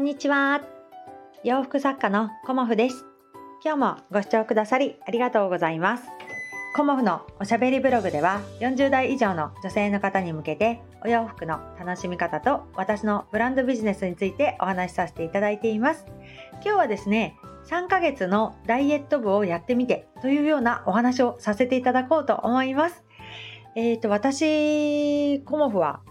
んにちは。洋服作家のコモフです。今日もご視聴くださりありがとうございます。コモフのおしゃべりブログでは40代以上の女性の方に向けてお洋服の楽しみ方と私のブランドビジネスについてお話しさせていただいています。今日はですね、3ヶ月のダイエット部をやってみてというようなお話をさせていただこうと思います。私コモフは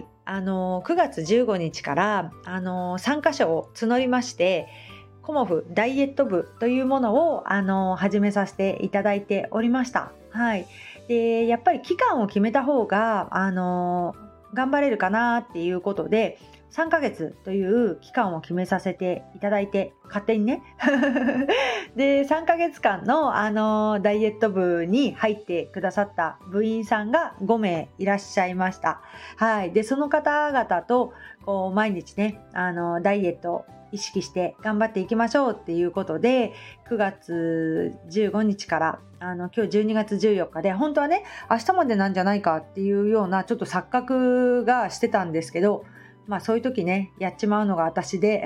9月15日から参加者を募りまして、コモフダイエット部というものを始めさせていただいておりました。でやっぱり期間を決めた方が頑張れるかなっていうことで3ヶ月という期間を決めさせていただいて、勝手にねで3ヶ月間のダイエット部に入ってくださった部員さんが5名いらっしゃいました。でその方々と毎日ねダイエットを意識して頑張っていきましょうっていうことで、9月15日から今日12月14日で本当はね明日までなんじゃないかっていうようなちょっと錯覚がしてたんですけど、そういう時ねやっちまうのが私で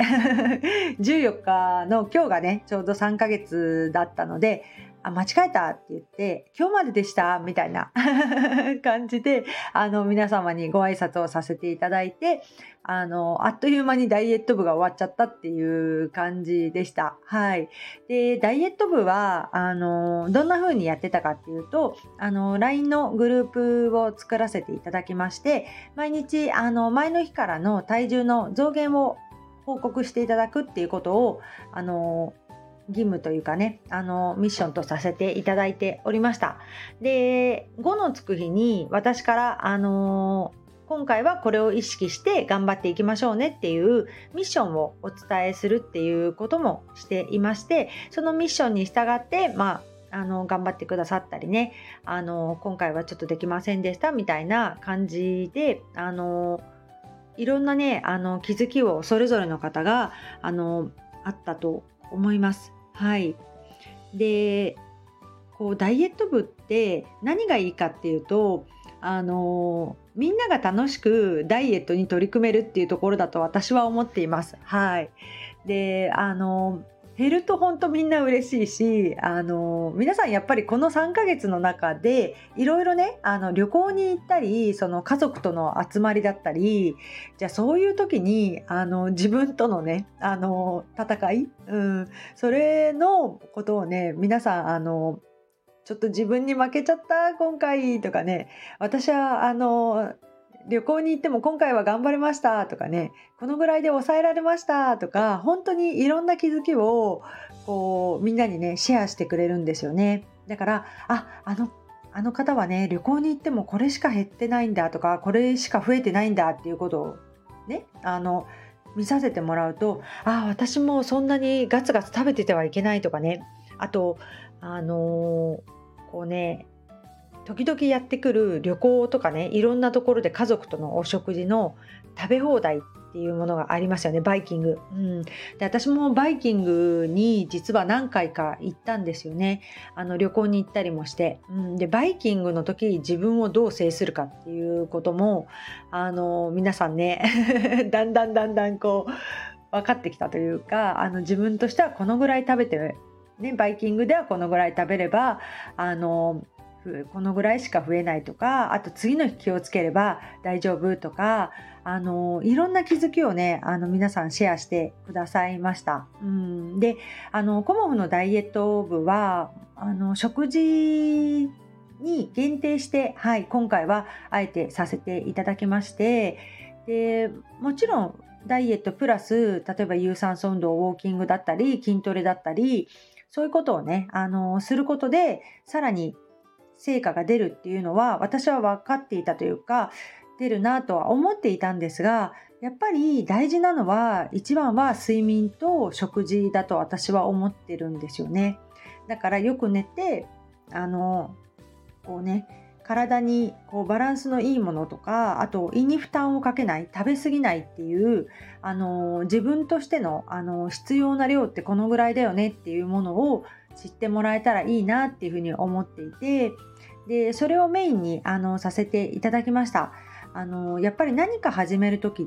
14日の今日がねちょうど3ヶ月だったので、間違えたって言って今日まででしたみたいな感じで皆様にご挨拶をさせていただいて、あっという間にダイエット部が終わっちゃったっていう感じでした。でダイエット部はどんな風にやってたかっていうと、LINE のグループを作らせていただきまして、毎日前の日からの体重の増減を報告していただくっていうことを義務というかねミッションとさせていただいておりました。で5のつく日に私から今回はこれを意識して頑張っていきましょうねっていうミッションをお伝えするっていうこともしていまして、そのミッションに従って頑張ってくださったりね、今回はちょっとできませんでしたみたいな感じでいろんなね気づきをそれぞれの方があったと思います。でダイエット部って何がいいかっていうとみんなが楽しくダイエットに取り組めるっていうところだと私は思っています。で減ると本当みんな嬉しいし、皆さんやっぱりこの3ヶ月の中でいろいろね旅行に行ったり、その家族との集まりだったり、じゃあそういう時に自分とのね戦い、それのことをね皆さんちょっと自分に負けちゃった今回とかね、私は旅行に行っても今回は頑張れましたとかね、このぐらいで抑えられましたとか、本当にいろんな気づきをみんなにねシェアしてくれるんですよね。だからあの方はね旅行に行ってもこれしか減ってないんだとか、これしか増えてないんだっていうことをね見させてもらうと、私もそんなにガツガツ食べててはいけないとかね、あと時々やってくる旅行とかね、いろんなところで家族とのお食事の食べ放題っていうものがありますよね、バイキング。で私もバイキングに実は何回か行ったんですよね。旅行に行ったりもして、でバイキングの時自分をどう制するかっていうことも皆さんねだんだん分かってきたというか、自分としてはこのぐらい食べてね、バイキングではこのぐらい食べればこのぐらいしか増えないとか、あと次の日気をつければ大丈夫とかいろんな気づきをね皆さんシェアしてくださいました。でコモフのダイエット部は食事に限定して、今回はあえてさせていただきまして、でもちろんダイエットプラス例えば有酸素運動、ウォーキングだったり筋トレだったり、そういうことをねすることでさらに成果が出るっていうのは私は分かっていたというか、出るなとは思っていたんですが、やっぱり大事なのは一番は睡眠と食事だと私は思ってるんですよね。だからよく寝て体にバランスのいいものとか、あと胃に負担をかけない、食べ過ぎないっていう自分としての必要な量ってこのぐらいだよねっていうものを知ってもらえたらいいなっていうふうに思っていて、でそれをメインにさせていただきました。 やっぱり何か始める時って、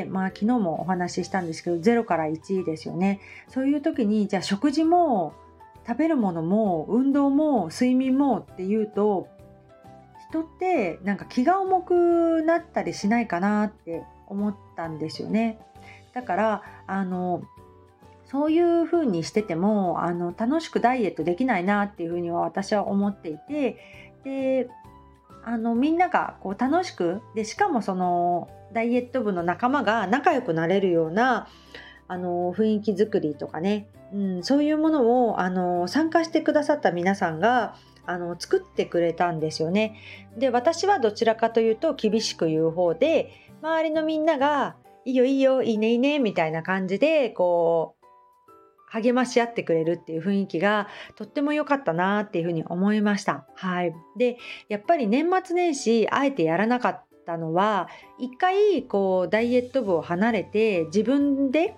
昨日もお話ししたんですけど、0から1ですよね。そういう時に、じゃあ食事も食べるものも運動も睡眠もっていうと、人ってなんか気が重くなったりしないかなって思ったんですよね。だからそういう風にしてても楽しくダイエットできないなっていう風には私は思っていて、でみんながこう楽しくで、しかもそのダイエット部の仲間が仲良くなれるような雰囲気作りとかね、そういうものを参加してくださった皆さんが作ってくれたんですよね。で、私はどちらかというと厳しく言う方で、周りのみんながいいよいいよいいねいいねみたいな感じでこう励まし合ってくれるっていう雰囲気がとっても良かったなっていうふうに思いました。はい。で、やっぱり年末年始あえてやらなかったのは、一回こうダイエット部を離れて自分で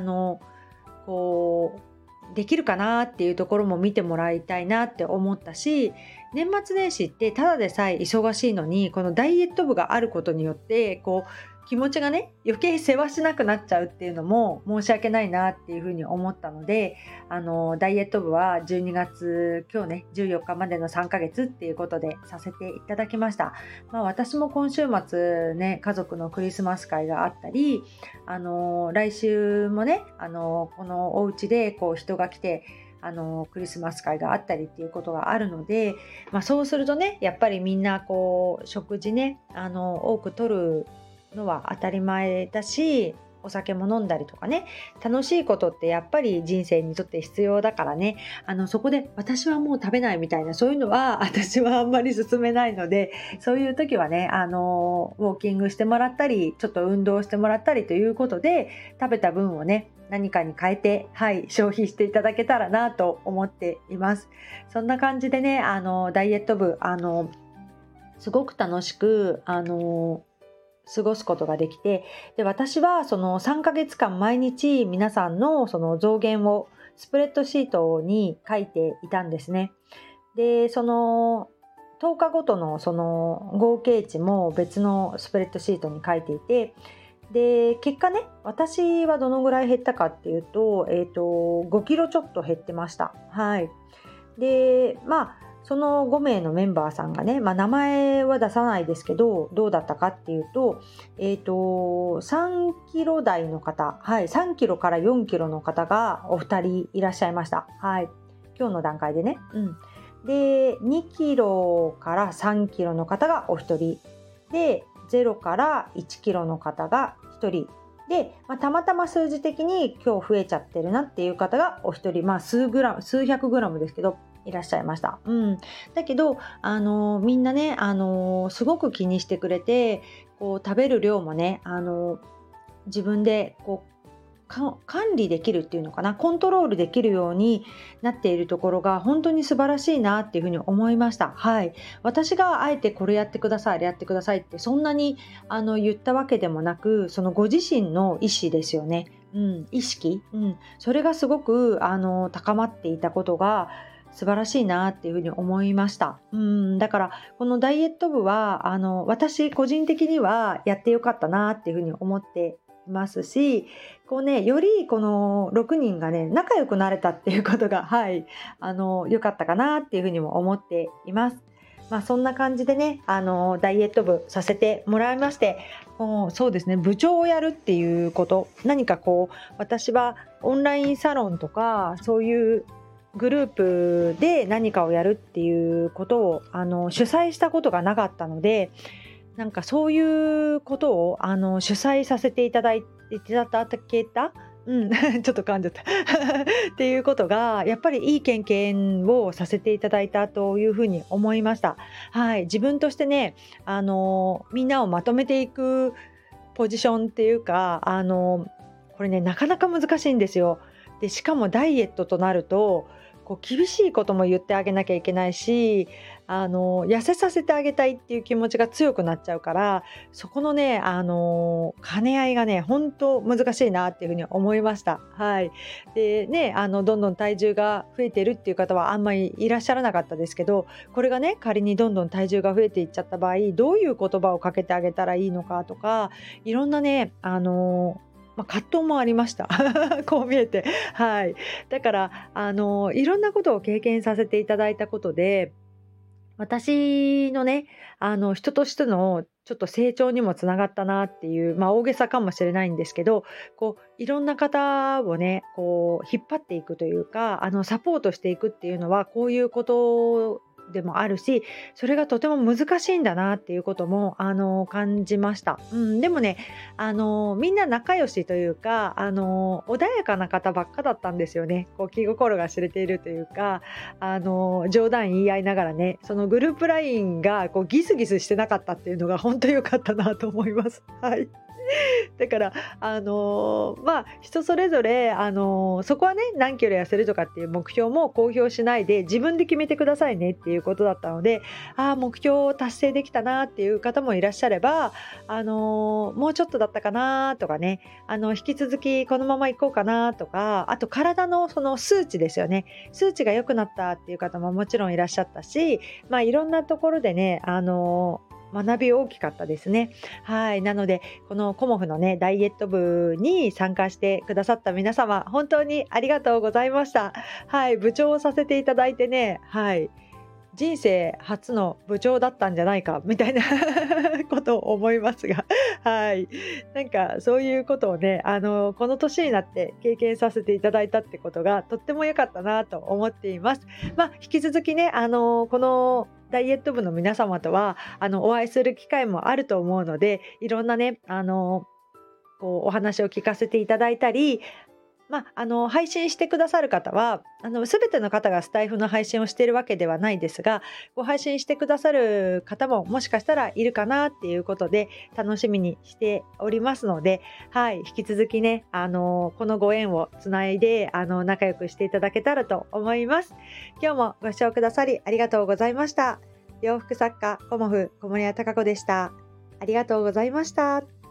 こうできるかなっていうところも見てもらいたいなって思ったし、年末年始ってただでさえ忙しいのに、このダイエット部があることによってこう気持ちがね余計世話しなくなっちゃうっていうのも申し訳ないなっていうふうに思ったので、ダイエット部は12月今日ね14日までの3ヶ月っていうことでさせていただきました。私も今週末ね家族のクリスマス会があったり、来週もねこのお家でこう人が来てクリスマス会があったりっていうことがあるので、そうするとねやっぱりみんなこう食事ね多く取るのは当たり前だし、お酒も飲んだりとかね、楽しいことってやっぱり人生にとって必要だからね、そこで私はもう食べないみたいなそういうのは私はあんまり進めないので、そういう時はねウォーキングしてもらったりちょっと運動してもらったりということで食べた分をね何かに変えて、消費していただけたらなと思っています。そんな感じでねダイエット部すごく楽しく過ごすことができて、で私はその3ヶ月間毎日皆さんのその増減をスプレッドシートに書いていたんですね。でその10日ごとのその合計値も別のスプレッドシートに書いていて、で結果ね私はどのぐらい減ったかっていうと、5キロちょっと減ってました。はい。でその5名のメンバーさんがね、名前は出さないですけどどうだったかっていうと、3キロ台の方、3キロから4キロの方がお二人いらっしゃいました。はい、今日の段階でね。で2キロから3キロの方がお一人で、0から1キロの方が1人で、たまたま数字的に今日増えちゃってるなっていう方がお一人、数百グラムですけどいらっしゃいました。だけどみんなねすごく気にしてくれて、こう食べる量もね自分でこう管理できるっていうのかな、コントロールできるようになっているところが本当に素晴らしいなっていうふうに思いました。はい。私があえてこれやってください、あれやってくださいってそんなに言ったわけでもなく、そのご自身の意思ですよね。意識、それがすごく高まっていたことが素晴らしいなっていうふうに思いました。だからこのダイエット部は私個人的にはやってよかったなっていうふうに思っていますし、こうねよりこの6人がね仲良くなれたっていうことが良かったかなっていうふうにも思っています。そんな感じでねダイエット部させてもらいまして、そうですね、部長をやるっていうこと、何かこう私はオンラインサロンとかそういうグループで何かをやるっていうことを主催したことがなかったので、なんかそういうことを主催させていただけたちょっと噛んじゃったっていうことがやっぱりいい経験をさせていただいたというふうに思いました。はい。自分としてねみんなをまとめていくポジションっていうかこれねなかなか難しいんですよ。でしかもダイエットとなると厳しいことも言ってあげなきゃいけないし、痩せさせてあげたいっていう気持ちが強くなっちゃうから、そこのね、兼ね合いがね、本当難しいなっていうふうに思いました。はい。でね、どんどん体重が増えてるっていう方はあんまりいらっしゃらなかったですけど、これがね、仮にどんどん体重が増えていっちゃった場合、どういう言葉をかけてあげたらいいのかとか、いろんなね、葛藤もありました。こう見えて。はい。だから、いろんなことを経験させていただいたことで、私のね、人としてのちょっと成長にもつながったなっていう、大げさかもしれないんですけど、いろんな方をね、引っ張っていくというか、サポートしていくっていうのは、こういうことでもあるし、それがとても難しいんだなっていうことも、感じました。でもね、みんな仲良しというか、穏やかな方ばっかだったんですよね。気心が知れているというか、冗談言い合いながらね、そのグループラインがギスギスしてなかったっていうのが本当良かったなと思います。はい。だから、人それぞれ、そこはね、何キロ痩せるとかっていう目標も公表しないで、自分で決めてくださいねっていうことだったので、目標を達成できたなっていう方もいらっしゃれば、もうちょっとだったかなとかね、引き続きこのまま行こうかなとか、あと体のその数値ですよね。数値が良くなったっていう方ももちろんいらっしゃったし、いろんなところでね、学び大きかったですね。はい。なので、このコモフのね、ダイエット部に参加してくださった皆様、本当にありがとうございました。はい。部長をさせていただいてね、はい。人生初の部長だったんじゃないかみたいなことを思いますが、はい。なんかそういうことをね、この年になって経験させていただいたってことがとっても良かったなと思っています。引き続きね、このダイエット部の皆様とはお会いする機会もあると思うので、いろんなね、お話を聞かせていただいたり、配信してくださる方は、すべての方がスタイフの配信をしているわけではないですが、配信してくださる方ももしかしたらいるかなっていうことで、楽しみにしておりますので、はい、引き続きね、このご縁をつないで、仲良くしていただけたらと思います。今日もご視聴くださりありがとうございました。洋服作家、コモフ、小森屋隆子でした。ありがとうございました。